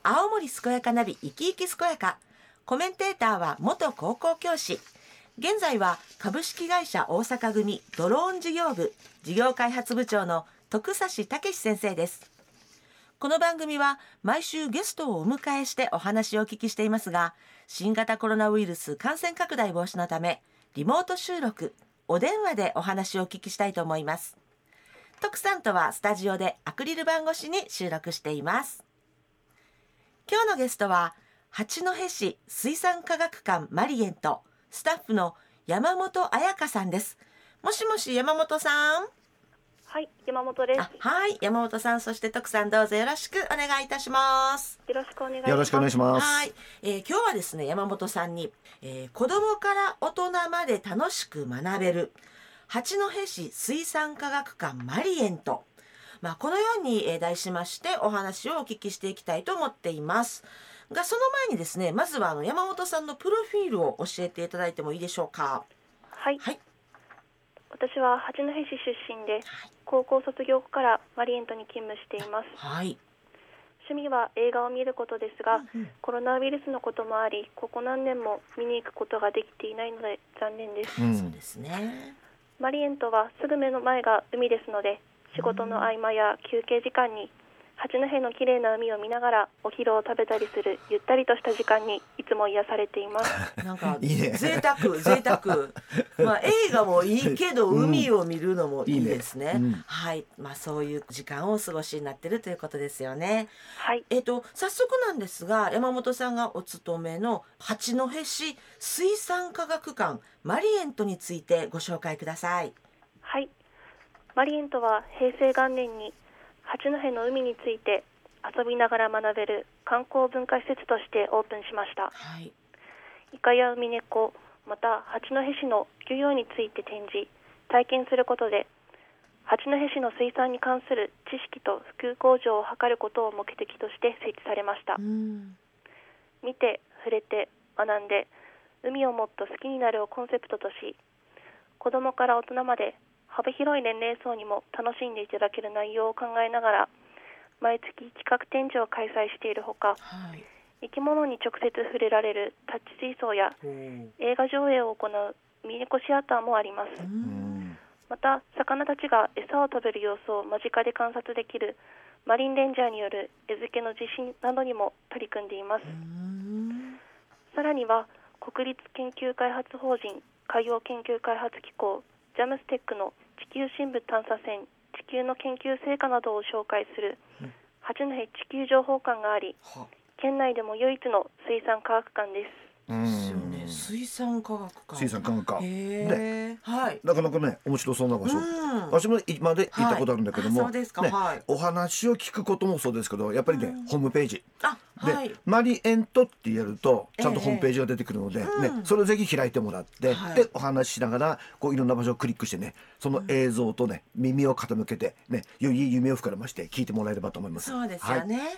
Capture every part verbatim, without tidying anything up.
青森健やかナビ生き生き健やか。コメンテーターは元高校教師、現在は株式会社大阪組ドローン事業部事業開発部長の徳指武先生です。この番組は毎週ゲストをお迎えしてお話をお聞きしていますが、新型コロナウイルス感染拡大防止のためリモート収録、お電話でお話をお聞きしたいと思います。徳さんとはスタジオでアクリル板越しに収録しています。今日のゲストは八戸市水産科学館マリエントスタッフの山本彩香さんです。もしもし山本さん。 はい、山本です。 はい、山本さん、そして徳さん、どうぞよろしくお願いいたします。 よろしくお願いします。 よろしくお願いします。 はい、えー、今日はですね、山本さんに、えー、子供から大人まで楽しく学べる八戸市水産科学館マリエント、まあ、このように、えー、題しましてお話をお聞きしていきたいと思っていますが、その前にですね、まずはあの山本さんのプロフィールを教えていただいてもいいでしょうか。 はい、 はい、 私は八戸市出身で、はい、高校卒業後からマリエントに勤務しています。 はい、 趣味は映画を見ることですが、 うんうん、 コロナウイルスのこともあり、ここ何年も見に行くことができていないので残念です。 うん、そうですね。 マリエントはすぐ目の前が海ですので、仕事の合間や休憩時間に八戸の綺麗な海を見ながらお昼を食べたりするゆったりとした時間にいつも癒されています。 なんかいいね、 贅沢贅沢まあ映画もいいけど海を見るのもいいですね、うん、いいね、うん、はい、まあそういう時間をお過ごしになっているということですよね。 はい、 えっと早速なんですが、山本さんがお勤めの八戸市水産科学館マリエントについてご紹介ください。 はい、マリエントは平成元年に八戸の海について遊びながら学べる観光文化施設としてオープンしました。 はい、 イカやウミネコ、また八戸市の漁業について展示、体験することで八戸市の水産に関する知識と普及向上を図ることを目的として設置されました。 うん、 見て触れて学んで海をもっと好きになるをコンセプトとし、子どもから大人まで幅広い年齢層にも楽しんでいただける内容を考えながら毎月企画展示を開催しているほか、 はい、 生き物に直接触れられるタッチ水槽や映画上映を行うウミネコシアターもあります。 うん、 また魚たちが餌を食べる様子を間近で観察できるマリンレンジャーによる餌付けの実施などにも取り組んでいます。 うん、 さらには国立研究開発法人海洋研究開発機構ジャムステックの地球深部探査船地球の研究成果などを紹介する八戸地球情報館があり、県内でも唯一の水産科学館です。 うん、水産科学館水産科学館ね、はい、 なかなかね面白そうな場所、うん、私も今まで行ったことあるんだけども、 はい、そうですか、 ね、 はい、 お話を聞くこともそうですけど、やっぱりね、うん、ホームページあ、 で、 はい、 マリエントってやるとちゃんとホームページが出てくるので、えーね、それをぜひ開いてもらって、はい、でお話ししながらこういろんな場所をクリックしてね、その映像とね、うん、耳を傾けてね、より夢を膨らまして聞いてもらえればと思います。 そうですよね、はい、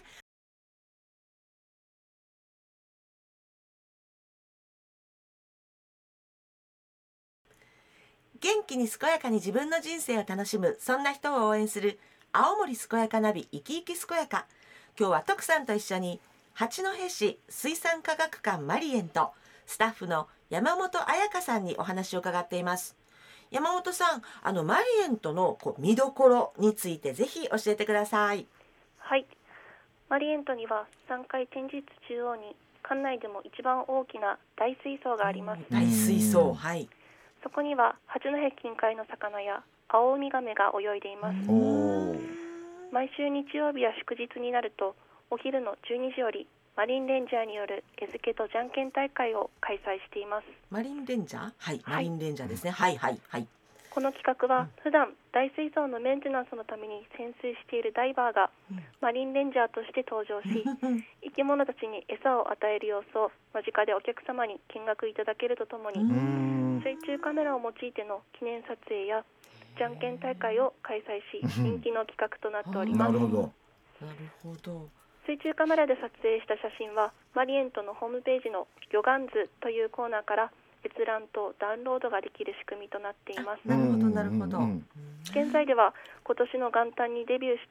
元気に健やかに自分の人生を楽しむ、そんな人を応援する青森健やかナビ生き生き健やか。今日は徳さんと一緒に八戸市水産科学館マリエントスタッフの山本彩香さんにお話を伺っています。山本さん、あのマリエントのこう見どころについてぜひ教えてください。 はい、マリエントにはさんかい展示室中央に館内でも一番大きな大水槽があります。 大水槽、はい、 そこには八戸近海の魚やアオウミガメが泳いでいます。毎週日曜日や祝日になるとお昼のじゅうにじよりマリンレンジャーによる餌付けとじゃんけん大会を開催しています。 マリンレンジャー、はい、マリンレンジャーですね、はいはいはい。 この企画は普段大水槽のメンテナンスのために潜水しているダイバーがマリンレンジャーとして登場し、生き物たちに餌を与える様子を間近でお客様に見学いただけるとともに、水中カメラを用いての記念撮影やじゃんけん大会を開催し、人気の企画となっております。 なるほど、 なるほど。 水中カメラで撮影した写真はマリエントのホームページの魚眼図というコーナーから閲覧とダウンロードができる仕組みとなっています。 なるほどなるほど。 現在では今年の元旦にデビューした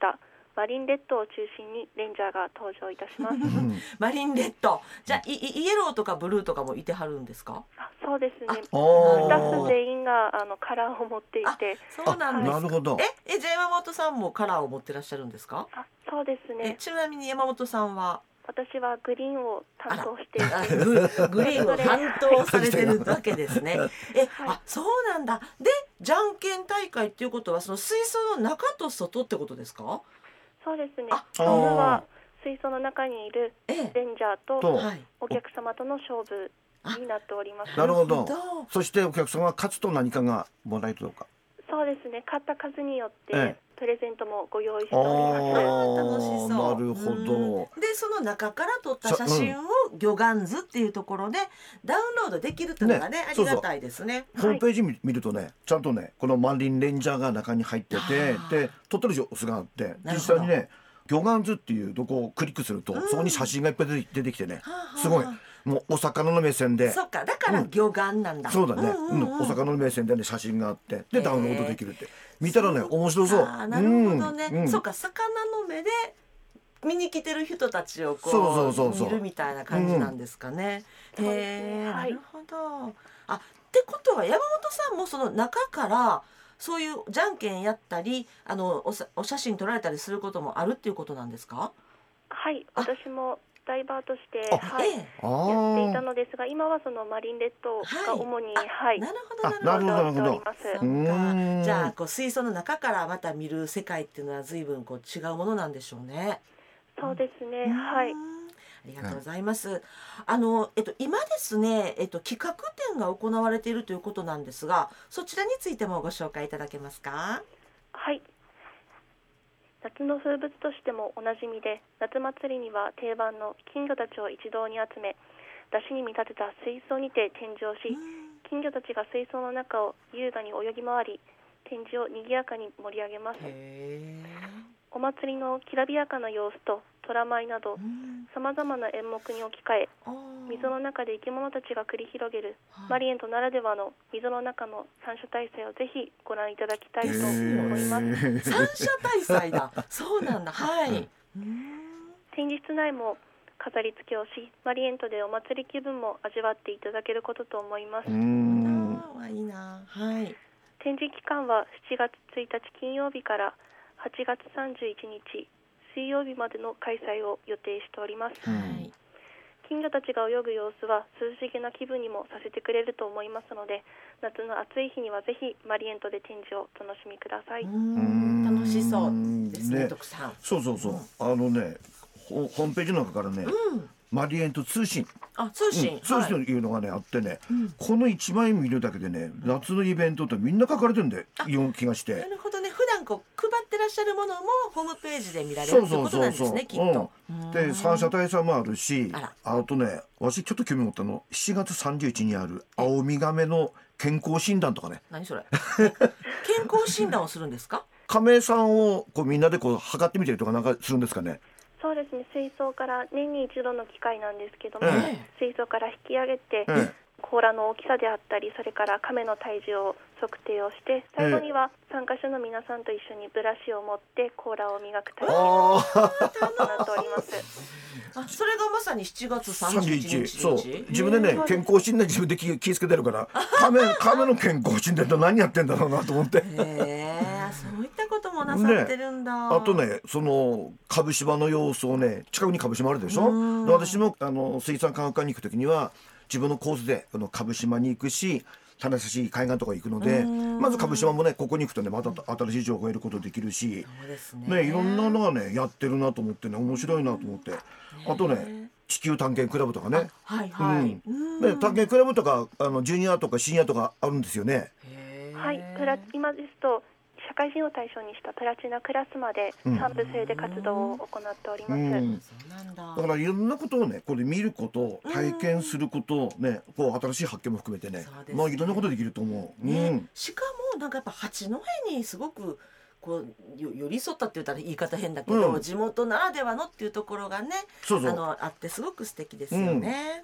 マリンレッドを中心にレンジャーが登場いたしますマリンレッドじゃあイイエローとかブルーとかもいてはるんですか？ あそうですね、スタおーッフ全員があのカラーを持っていて、 そうなんですか。 なるほど。 ええじゃあ山本さんもカラーを持ってらっしゃるんですか？ あそうですえね、 ちなみに山本さんは私はグリーンを担当していあて、 ググリーンを担当されてるわけですね。え、 はいあ、そうなんだ。で、じゃんけん大会っていうことはその水槽の中と外ってことですか？ そうですね、 あ今は水槽の中にいるええ、 レンジャーととはい。 お客様との勝負になっております。 なるほどなるほどそしてお客様が勝つと何かがもらえるとか。 そうですね、買った数によって、 ええプレゼントもご用意してあおります。 ー楽しそう。 なるほど。 うんで、その中から撮った写真を魚眼図っていうところでダウンロードできるっていうのがね、 ねありがたいですね。 ホームページ見見るとねちゃんとねこのマリンレンジャーが中に入っててあーで撮ってる様子があってなるほど実際にね魚眼図っていうとこをクリックすると、 うんそこに写真がいっぱい出て出てきてねはあはあすごいもうお魚の目線でそっか、だから魚眼なんだ。 そうだね、 んうんうんうんお魚の目線で、ね、写真があってでへーダウンロードできるって見たらね面白そう。 あーなるほどね、 うんうんそうか、魚の目で見に来てる人たちをこうそうそうそうそう見るみたいな感じなんですかね。 うんへそうですねえ、 はないるほど。あ、ってことは山本さんもその中からそういうじゃんけんやったりあのおさお写真撮られたりすることもあるっていうことなんですか？ はい、 あ私もダイバーとして、 あはい、 ええ、 あやっていたーのですが、今はそのマリンレッドが主に、はい、 なるほどあなるほど。 なるほど登場しております。 そうかうーんじゃあこう水槽の中からまた見る世界っていうのは随分こう違うものなんでしょうね。 そうですね、 うんはい。 ありがとうございます。あの、えっと、今ですね、えっと、企画展が行われているということなんですが、そちらについてもご紹介いただけますか？ はい。夏の風物としてもおなじみで、夏祭りには定番の金魚たちを一堂に集め、出汁に見立てた水槽にて展示をし、金魚たちが水槽の中を優雅に泳ぎ回り、展示を賑やかに盛り上げます。 へお祭りのきらびやかな様子と虎舞などーうんさまざまな演目に置き換え、 あー水の中で生き物たちが繰り広げるはいマリエントならではの水の中の三者体制をぜひご覧いただきたいとです思います。 三者大祭だ。そうなんだ。はい。うん展示室内も飾り付けをし、マリエントでお祭り気分も味わっていただけることと思います。 うーんあーいいな。はい。 展示期間はしちがつついたち金曜日からはちがつさんじゅういちにち水曜日までの開催を予定しております。 うんはい。 金魚たちが泳ぐ様子は涼しげな気分にもさせてくれると思いますので、夏の暑い日にはぜひマリエントで展示をお楽しみください。 うーん楽しそうですね。 ね徳さん。 そうそうそう、あのねホホームページの中からね、 うん。 マリエント通信、 あ、通信。 うん、通信というのがね、あってね、 うんこの一枚見るだけでね夏のイベントってみんな書かれてるんでいう気がしてなるほどね。普段こう配ってらっしゃるものもホームページで見られるってことなんですね。きっと。 うん、で三者大祭もあるしあらあとね私ちょっと興味持ったのしちがつさんじゅういちにちにある青ウミガメの健康診断とかね何それ。健康診断をするんですか。 亀さんをこうみんなでこう測ってみたりとかなんかするんですかね。 そうですね、水槽から年に一度の機会なんですけども、 え水槽から引き上げて、 え甲羅の大きさであったり、それから亀の体重を測定をして、最後には参加者の皆さんと一緒にブラシを持って甲羅を磨く体験をああ行っております。 あ、それがまさにしちがつさんじゅういちにち。 そう自分でねうん健康診断自分で気気ぃつけてるから亀亀の健康診断って何やってんだろうなと思って。 へえ、そういったこともなさってるんだ。 あと。ねその株島の様子をね近くに株島あるでしょ。 うんで私もあの水産科学館に行くときには自分のコースでこの株島に行くし種差し海岸とか行くのでうんまず株島もねここに行くとねまた新しい情報を得ることできるし、 そうですね。 ね、いろんなのがねやってるなと思ってね面白いなと思ってあとね地球探検クラブとかねはいはい。 うんね探検クラブとかあのジュニアとかシニアとかあるんですよね。 へーはい、プラ今ですと社会人を対象にしたプラチナクラスまでうん三部制で活動を行っております。 うんそうなんだ。 だからいろんなことをねこれ見ること体験することねこう新しい発見も含めてねそうですねまあいろんなことできると思う。 ねうんしかもなんかやっぱ八戸にすごくこうよ寄り添ったって言ったら言い方変だけど、 うん地元ならではのっていうところがねそうそうあのあってすごく素敵ですよね。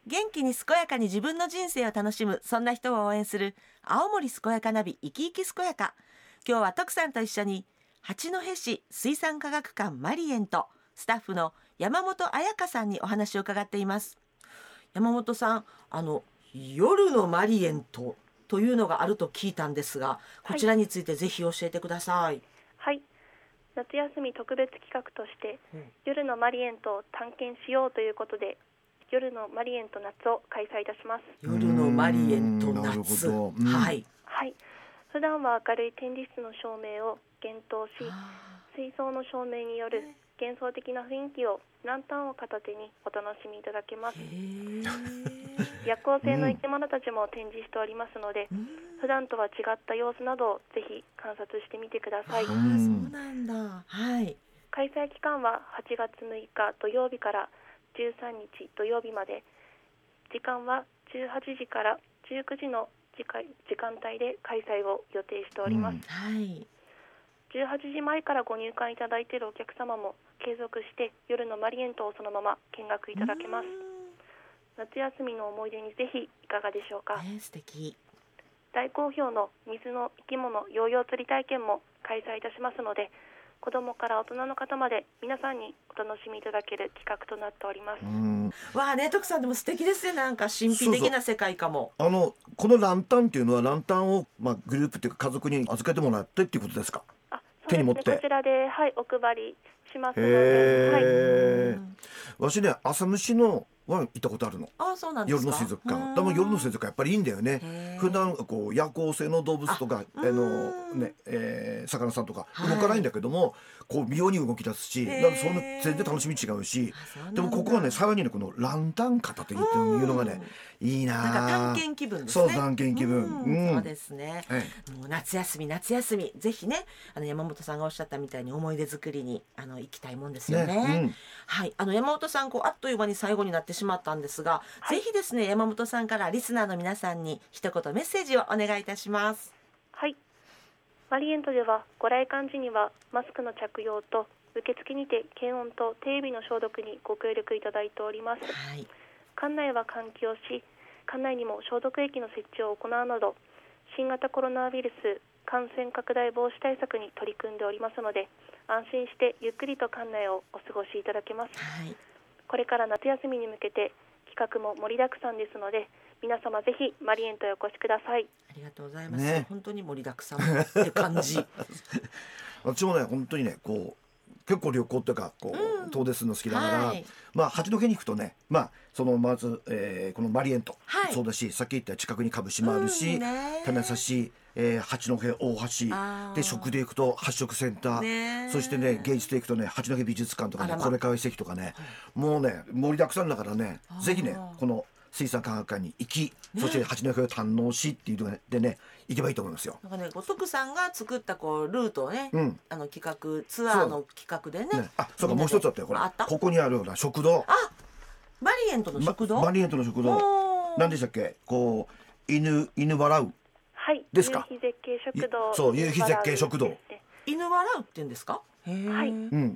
元気に健やかに自分の人生を楽しむ、そんな人を応援する青森健やかナビ生き生き健やか。今日は徳さんと一緒に八戸市水産科学館マリエンとスタッフの山本彩香さんにお話を伺っています。山本さん、あの夜のマリエントというのがあると聞いたんですが、こちらについてぜひ教えてください。 はい、夏休み特別企画として、うん、夜のマリエントを探検しようということで、夜のマリエント夏を開催いたします。 夜のマリエント夏、うん、はい、 はい、普段は明るい展示室の照明を減灯し、水槽の照明による幻想的な雰囲気をランタンを片手にお楽しみいただけます。夜行性の生き物たちも展示しておりますので、うん、普段とは違った様子などをぜひ観察してみてください。あ、 そうなんだ。はい。 開催期間ははちがつむいか土曜日からじゅうさんにち土曜日まで、時間はじゅうはちじからじゅうくじの時間帯で開催を予定しております。うん、 はい。 じゅうはちじまえからご入館いただいているお客様も継続して夜のマリエントをそのまま見学いただけます。夏休みの思い出にぜひいかがでしょうか。 えー、素敵。 大好評の水の生き物ヨーヨー釣り体験も開催いたしますので、子どもから大人の方まで皆さんにお楽しみいただける企画となっております。うん、 わあね、徳さんでも素敵ですね。なんか神秘的な世界かも。 そうそう、あのこのランタンっていうのはランタンを、まあ、グループっていうか家族に預けてもらってっていうことですか。 あ、そうですね、手に持ってこちらで、はい、お配りしますので、 へー、はい、わしね朝虫のは行ったことあるの。 あ、そうなんですか。 夜の水族館。でも夜の水族館やっぱりいいんだよね。普段こう夜行性の動物とかあのね、えー、魚さんとか動かないんだけども、はい、こう妙に動き出すし、だからその全然楽しみ違うし、でもここはねさらにねこのランタン片手にっていうのがねいいな。 なんか探検気分ですね。 そう、探検気分。 うんうん、そうですね。はい、もう夏休み夏休みぜひね、あの山本さんがおっしゃったみたいに思い出作りにあの行きたいもんですよね。ね、うん、はい、あの山本さんこうあっという間に最後になってしまったんですが、はい、ぜひですね山本さんからリスナーの皆さんに一言メッセージをお願いいたします。 はい、マリエントではご来館時にはマスクの着用と受付にて検温と手指の消毒にご協力いただいております。はい、館内は換気をし、館内にも消毒液の設置を行うなど新型コロナウイルス感染拡大防止対策に取り組んでおりますので、安心してゆっくりと館内をお過ごしいただけます。はい、これから夏休みに向けて企画も盛りだくさんですので、皆様ぜひマリエントへお越しください。 ありがとうございます、ね、本当に盛りだくさんって感じ私もね本当にねこう結構旅行というかこう、うん、遠出するの好きだから、はい、まあ八戸に行くとね、まあそのまず、えー、このマリエント、はい、そうだし、さっき言った近くに株島あるし、種差し、えー、八戸大橋で食で行くと八食センター、そしてね芸術で行くとね八戸美術館とかね、これかわ遺跡とかね、もうね盛りだくさんだからね、ぜひねこの水産科学館に行き、そして八戸を堪能しっていうのでね行けばいいと思いますよ。 なんかね、ご徳さんが作ったこうルートをね、うん、あの企画ツアーの企画で ね, ねあ、そうか、もう一つあったよこれ。ここにあるような食堂、 あ、マリエントの食堂、 ま、マリエントの食堂何でしたっけ、こう犬犬笑う、 はい、 ですか。 夕日絶景食堂、 そう、夕日絶景食堂、 犬笑うって言うんですか。へー、はい、うん、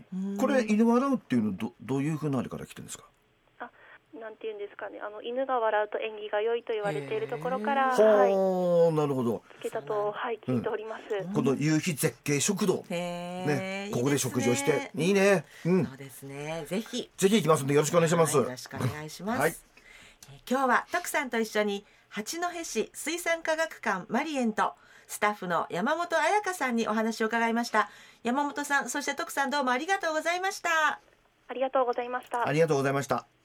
これ犬笑うっていうの ど, どういう風なあれから来てるんですか。 なんていうんですかね、あの犬が笑うと縁起が良いと言われているところから、 はい、なるほど、 つけたと、はい、聞いております。 うん、この夕日絶景食堂、ね、ここで食事をしていいね。うん、そうですね。ぜひぜひ行きますのでよろしくお願いします。 はい、よろしくお願いします。はい、今日は徳さんと一緒に八戸市水産科学館マリエントスタッフの山本彩香さんにお話を伺いました。山本さん、そして徳さん、どうもありがとうございました。 ありがとうございました。 ありがとうございました。